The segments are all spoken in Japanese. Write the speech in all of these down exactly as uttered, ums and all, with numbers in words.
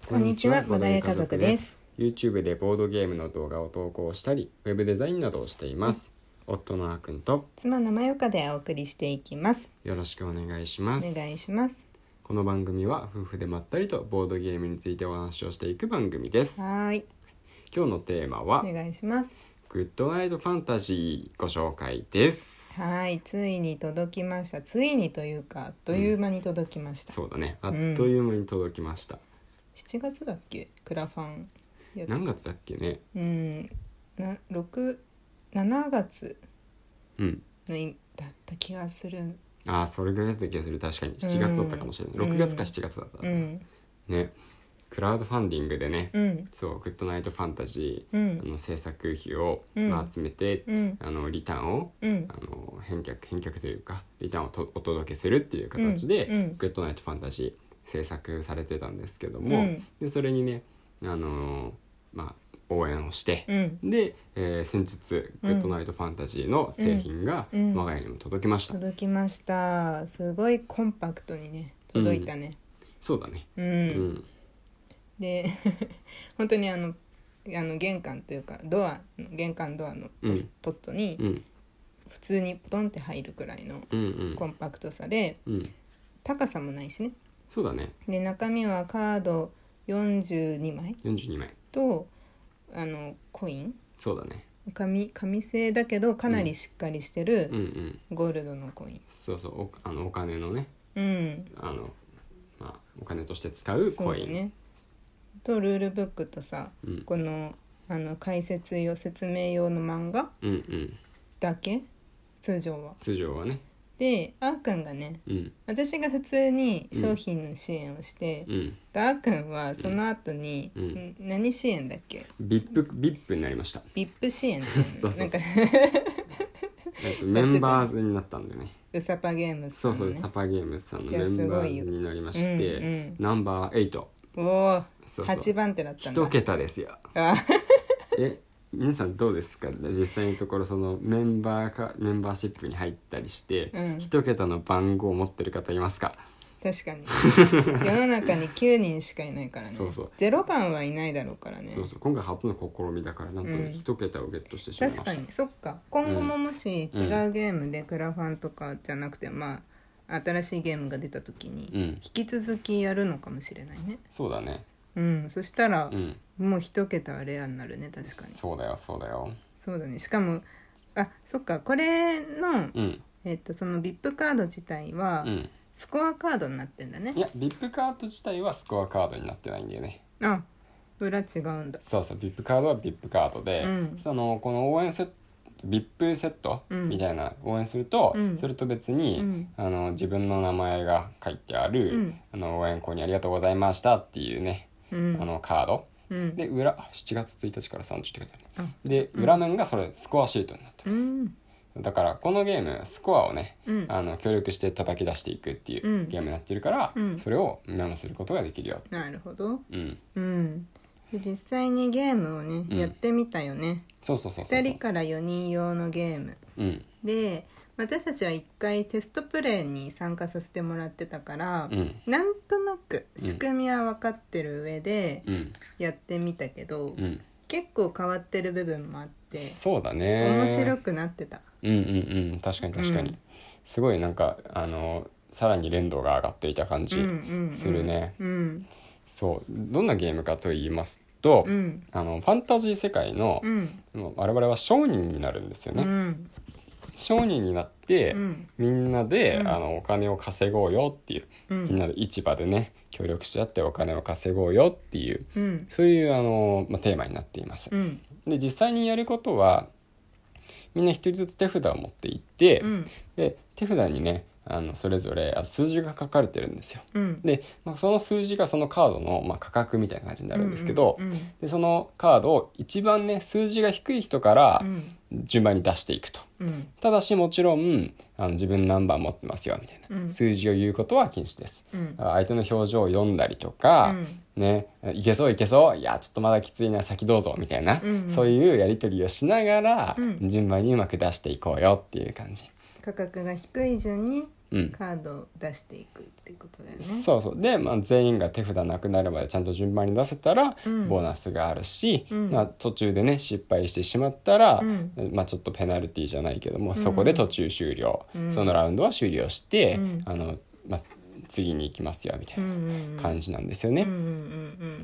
こんにちは、和田屋家族です。 YouTube でボードゲームの動画を投稿したり、ウェブデザインなどをしています、うん、夫のあーくんと妻のまよかでお送りしていきます。 よろしくお願いします。 お願いします。 この番組は夫婦でまったりとボードゲームについてお話をしていく番組です。 はい、 今日のテーマはお願いします。 グッドナイトファンタジーご紹介です。 はい、ついに届きました。ついにというかあっという間に届きました、 うん、そうだね、あっという間に届きました、うん、 しちがつだっけ、クラファンや何月だっけね、 うんなろく、しちがつうんだった気がする。 ああ、それぐらいだった気がする。確かにしちがつだったかもしれない、うん、ろくがつかしちがつだった、うん、ね。クラウドファンディングでね、うん、そうグッドナイトファンタジー、うん、あの制作費を、うんまあ、集めて、うん、あのリターンを、うん、あの返却返却というかリターンをとお届けするっていう形で、うんうん、グッドナイトファンタジー制作されてたんですけども、うん、でそれにね、あのー、まあ応援をして、うん、で、えー、先日グッドナイトファンタジーの製品が我が家にも届きました、 うんうん、届きました。すごいコンパクトにね届いたね、うん、 そうだね、 うんうんで本当にあのあの玄関というかドア玄関ドアのポス、うん、ポストに普通にポトンって入るくらいのコンパクトさで、うんうん、高さもないしね。 そうだね。 で中身はカードよんじゅうにまいよんじゅうにまいとあのコイン。 そうだね。 紙紙製だけどかなりしっかりしてるゴールドのコイン、うんうんうん、 そうそう、おあのお金のね、 うん、 あの、まあ、お金として使うコインねとルールブックとさ、うん、この、あの解説用説明用の漫画、うんうん、だけ通常は通常はね。 であーくんがね、うん、私が普通に商品の支援をして、うん、あーくんはその後に、うん、何支援だっけ？ ブイアイピー ブイアイピー になりました。 ブイアイピー 支援ってそうそうなんかえっとメンバーズになったんでね。 ウサパゲームズさん、ね、そうそう、ウサパゲームズさんのメンバーズになりまして、うんうん、ナンバーエイト。 おお、はちばん手だったんだ。 一桁ですよ。え、皆さんどうですか？実際のところそのメンバーかメンバーシップに入ったりして、うん、一桁の番号を持ってる方いますか？ 確かに世の中にきゅうにんしかいないからね。そうそう、ゼロばんはいないだろうからね。 そうそう、今回初の試みだからなんとね、一、うん、桁をゲットしてしまいました。 確かに、そっか。今後ももし違うゲームでクラファンとかじゃなくて、うん、まあ新しいゲームが出た時に引き続きやるのかもしれないね、うん、 そうだね。 うん、そしたら、うん、もう一桁はレアになるね。確かにそうだよそうだよそうだね。しかもあ、そっか、これの、うん、えっとその ブイアイピー カード自体は、うん、スコアカードになってんだね。 いや ブイアイピー カード自体はスコアカードになってないんだよね。 あ、裏違うんだ。 そうそう、ブイアイピー カードは ブイアイピー カードで、うん、そのこの応援セットブイアイピー セットみたいな応援すると、うん、それと別に、うん、あの自分の名前が書いてある、うん、あの応援コインありがとうございましたっていうね、うん、あのカード、うん、で裏しちがつついたちからさんじゅうって書いてある、うん、で裏面がそれスコアシートになってます、うん、だからこのゲームスコアをね、うん、あの協力して叩き出していくっていうゲームになってるから、うん、それをメモすることができるよ。 なるほど、うんうん、で実際にゲームをね、うん、やってみたよね。 そうそうそうそう、 ふたりからよにん用のゲーム、うん、で私たちはいっかいテストプレイに参加させてもらってたから、うん、なんとなく仕組みは分かってる上でやってみたけど、うん、結構変わってる部分もあって、 そうだね、 面白くなってた。 うんうんうん、確かに確かに、うん、すごいなんかあのさらに連動が上がっていた感じするね、うんうんうん、そう、どんなゲームかと言いますと、うん、あのファンタジー世界の、うん、我々は商人になるんですよね、うん、商人になって、うん、みんなで、うん、あのお金を稼ごうよっていう、うん、みんなで市場でね協力し合ってお金を稼ごうよっていう、うん、そういうあの、まあ、テーマになっています、うん、で実際にやることはみんな一人ずつ手札を持っていって、うん、で手札にねあのそれぞれ数字が書かれてるんですよ、うん、で、まあ、その数字がそのカードの、まあ、価格みたいな感じになるんですけど、うんうんうん、でそのカードを一番ね数字が低い人から順番に出していくと、うん、ただしもちろんあの自分何番持ってますよみたいな、うん、数字を言うことは禁止です、うん、相手の表情を読んだりとか、うん、ね、いけそういけそういやちょっとまだきついな先どうぞみたいな、うんうん、そういうやり取りをしながら、うん、順番にうまく出していこうよっていう感じ。 価格が低い順にカードを出していくってことだよね、うん、 そうそうで、まあ、全員が手札なくなるまでちゃんと順番に出せたらボーナスがあるし、うんまあ、途中でね失敗してしまったら、うんまあ、ちょっとペナルティーじゃないけども、うん、そこで途中終了、うん、そのラウンドは終了して、うん、あのまあ、次に行きますよみたいな感じなんですよね、うんうんうん、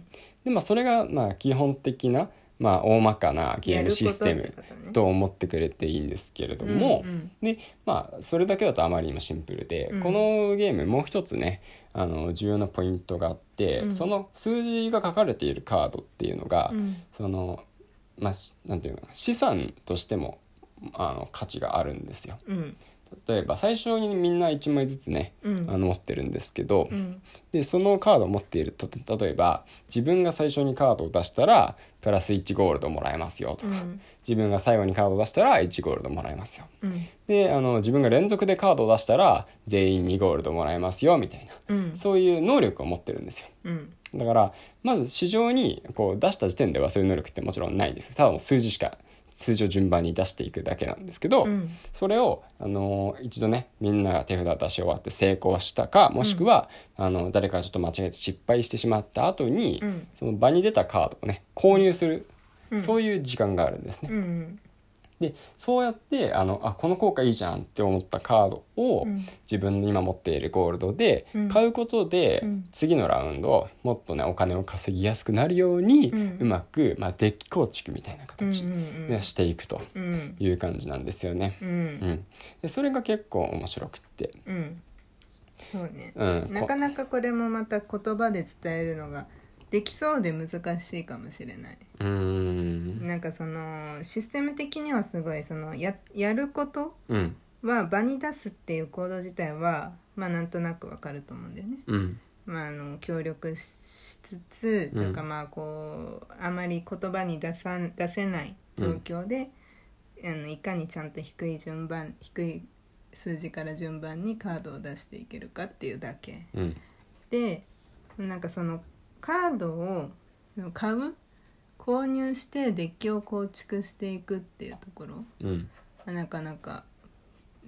でまあそれがまあ基本的なまあ、大まかなゲームシステムと思ってくれていいんですけれども、うんうん、でまあ、それだけだとあまりにもシンプルで、うん、このゲームもう一つねあの重要なポイントがあって、うん、その数字が書かれているカードっていうのが、うん、そのまあ、なんていうのかな資産としてもあの価値があるんですよ、うん例えば最初にみんないちまいずつね、うん、あの持ってるんですけど、うん、でそのカードを持っていると例えば自分が最初にカードを出したらプラスいちゴールドもらえますよとか、うん、自分が最後にカードを出したらいちゴールドもらえますよ、うん、であの自分が連続でカードを出したら全員にゴールドもらえますよみたいな、うん、そういう能力を持ってるんですよ、うん、だからまず市場にこう出した時点ではそういう能力ってもちろんないんです。ただの数字しか数字を順番に出していくだけなんですけど、うん、それを、あのー、一度ねみんなが手札出し終わって成功したかもしくは、うん、あの誰かがちょっと間違えて失敗してしまった後に、うん、その場に出たカードをね購入する、うん、そういう時間があるんですね、うん、でそうやってあのあこの効果いいじゃんって思ったカードを、うん、自分の今持っているゴールドで買うことで、うん、次のラウンドもっとねお金を稼ぎやすくなるように、うん、うまく、まあ、デッキ構築みたいな形でしていくという感じなんですよね、うんうん、でそれが結構面白くって、うん、 そうね、うん、なかなかこれもまた言葉で伝えるのができそうで難しいかもしれない。うーんなんかそのシステム的にはすごいその や, やることは場に出すっていう行動自体はまあなんとなくわかると思うんだよね、うんまあ、あの協力しつつ、うん、というかまあこうあまり言葉に出さ出せない状況で、うん、あのいかにちゃんと低い順番低い数字から順番にカードを出していけるかっていうだけ、うん、でなんかそのカードを買う購入してデッキを構築していくっていうところ、うん、なかなか、うん、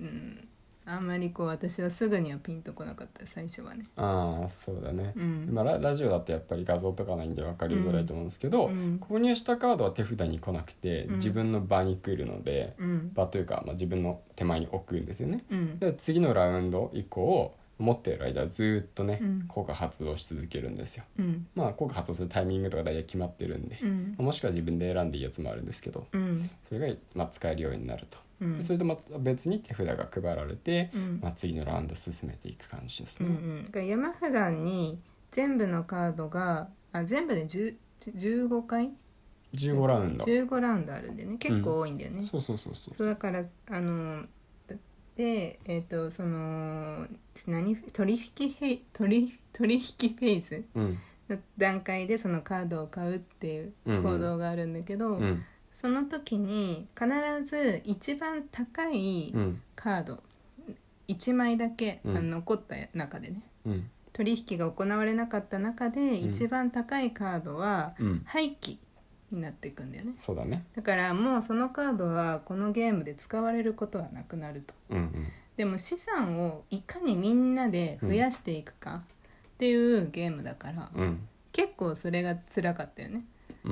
あんまりこう私はすぐにはピンとこなかった最初はね。 ああそうだね、うんまあ、ラ, ラジオだとやっぱり画像とかないんで分かりづらいと思うんですけど、うん、購入したカードは手札に来なくて、うん、自分の場に来るので、うん、場というか、まあ、自分の手前に置くんですよね、うん、で次のラウンド以降持っている間はずっとね、うん、効果発動し続けるんですよ、うん、まあ効果発動するタイミングとか大体決まってるんで、うん、もしくは自分で選んでいいやつもあるんですけど、うん、それが、まあ、使えるようになると、うん、それとまた別に手札が配られて、うんまあ、次のラウンド進めていく感じですね、うんうん、山札に全部のカードがあ全部でじゅう、じゅうごかいじゅうごラウンドじゅうごラウンドあるんでね結構多いんだよね、うん、 そうそうそうそうそうだからあので、えーと、その何取引フェ取取引フェーズの段階でそのカードを買うっていう行動があるんだけど、うんうん、その時に必ず一番高いカード、うん、いちまいだけ、うん、あの残った中でね、うん、取引が行われなかった中で一番高いカードは廃棄になっていくんだよね。 そうだね。 だからもうそのカードはこのゲームで使われることはなくなると、うんうん、でも資産をいかにみんなで増やしていくかっていうゲームだから、うん、結構それが辛かったよね、 うん、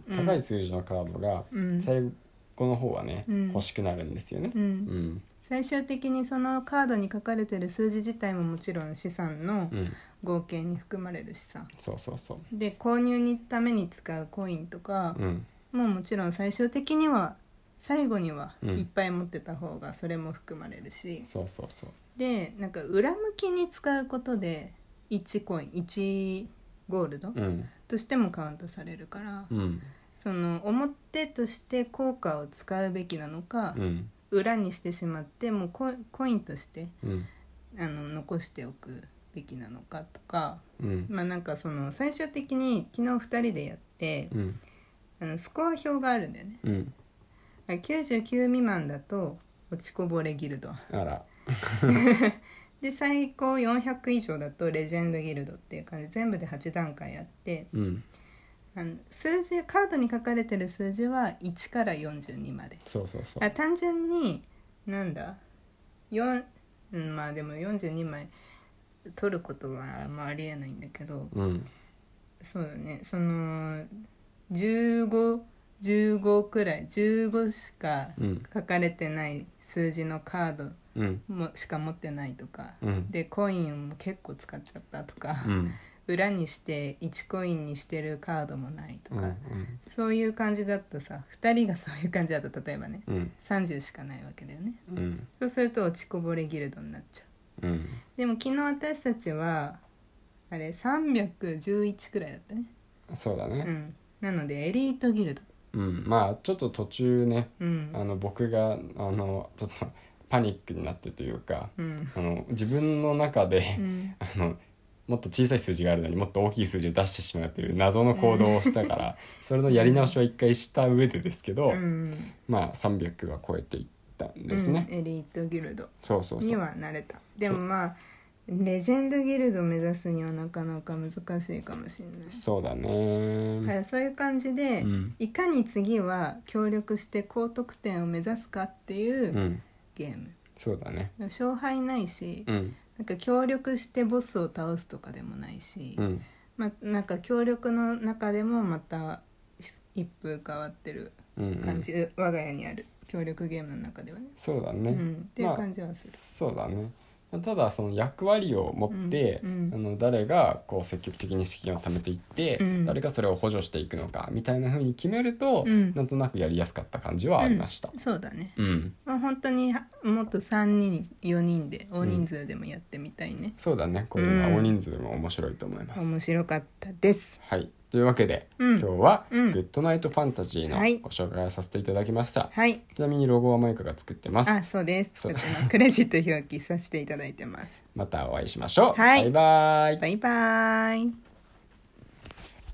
高い数字のカードが最後の方はね、うん、欲しくなるんですよね、うんうん、 最終的にそのカードに書かれてる数字自体ももちろん資産の合計に含まれるしさ、 そうそうそうで購入のために使うコインとか、うん、もうもちろん最終的には最後にはいっぱい持ってた方がそれも含まれるし、 うん、そうそうそうでなんか裏向きに使うことでいちコインいちゴールド、うん、としてもカウントされるから、うん、その表として効果を使うべきなのか、うん、裏にしてしまってもう コ, コインとして、うん、あの残しておくべきなのかとか、うん、まあなんかその最終的に昨日ふたりでやって、うん、あのスコア表があるんだよね、うん、きゅうじゅうきゅう未満だと落ちこぼれギルドあらで最高よんひゃく以上だとレジェンドギルドっていう感じで全部ではちだんかいあって、うん、あの数字カードに書かれてる数字はいちからよんじゅうにまで、 そうそうそう単純になんだよんうん、まあでもよんじゅうにまい取ることはまあありえないんだけど、 うん、 そうだね、そのじゅうご、じゅうごくらいじゅうごしか書かれてない数字のカードもしか持ってないとか、 うん、 でコインも結構使っちゃったとか、 うん、 裏にしていちコインにしてるカードもないとか、 うんうん、 そういう感じだとさ、ふたりがそういう感じだと例えばね、 うん、 さんじゅうしかないわけだよね、 うん、 そうすると落ちこぼれギルドになっちゃう、うん、 でも昨日私たちはあれさんびゃくじゅういちくらいだったね。 そうだね、 うん、なのでエリートギルド、 うん、まあちょっと途中ね、 うん、 あの僕があのちょっとパニックになってというか、 うん、 あの自分の中で、 うん、 あのもっと小さい数字があるのにもっと大きい数字を出してしまうという謎の行動をしたから、うん、それのやり直しは一回した上でですけど、うん、まあさんびゃくは超えていったんですね、 うん、エリートギルドそうそうそうにはなれた。でもまあレジェンドギルドを目指すにはなかなか難しいかもしれない。 そうだね、 はい、そういう感じで、うん、いかに次は協力して高得点を目指すかっていうゲーム、うん、 そうだね、 勝敗ないし、うん、なんか協力してボスを倒すとかでもないし、うん、まあ、なんか協力の中でもまた一風変わってる感じ、うんうん、我が家にある協力ゲームの中ではね。 そうだね、うん、 っていう感じはする、 まあ、そうだね。ただその役割を持って、うんうん、あの誰がこう積極的に資金を貯めていって、うん、誰がそれを補助していくのかみたいな風に決めると、うん、なんとなくやりやすかった感じはありました、 うん、そうだね、 うん、 まあ、本当にもっとさんにんよにんで大人数でもやってみたいね、うん、 そうだね、こういうのは大人数も面白いと思います、 うん、面白かったです。 はい、というわけで、うん、今日は、うん、グッドナイトファンタジーのはいご紹介をさせていただきました、 はい、 ちなみにロゴはマイカが作ってます。 あ、そうです、作ってますクレジット表記させていただいてます。 またお会いしましょう、 はい、 バイバイバイバイ。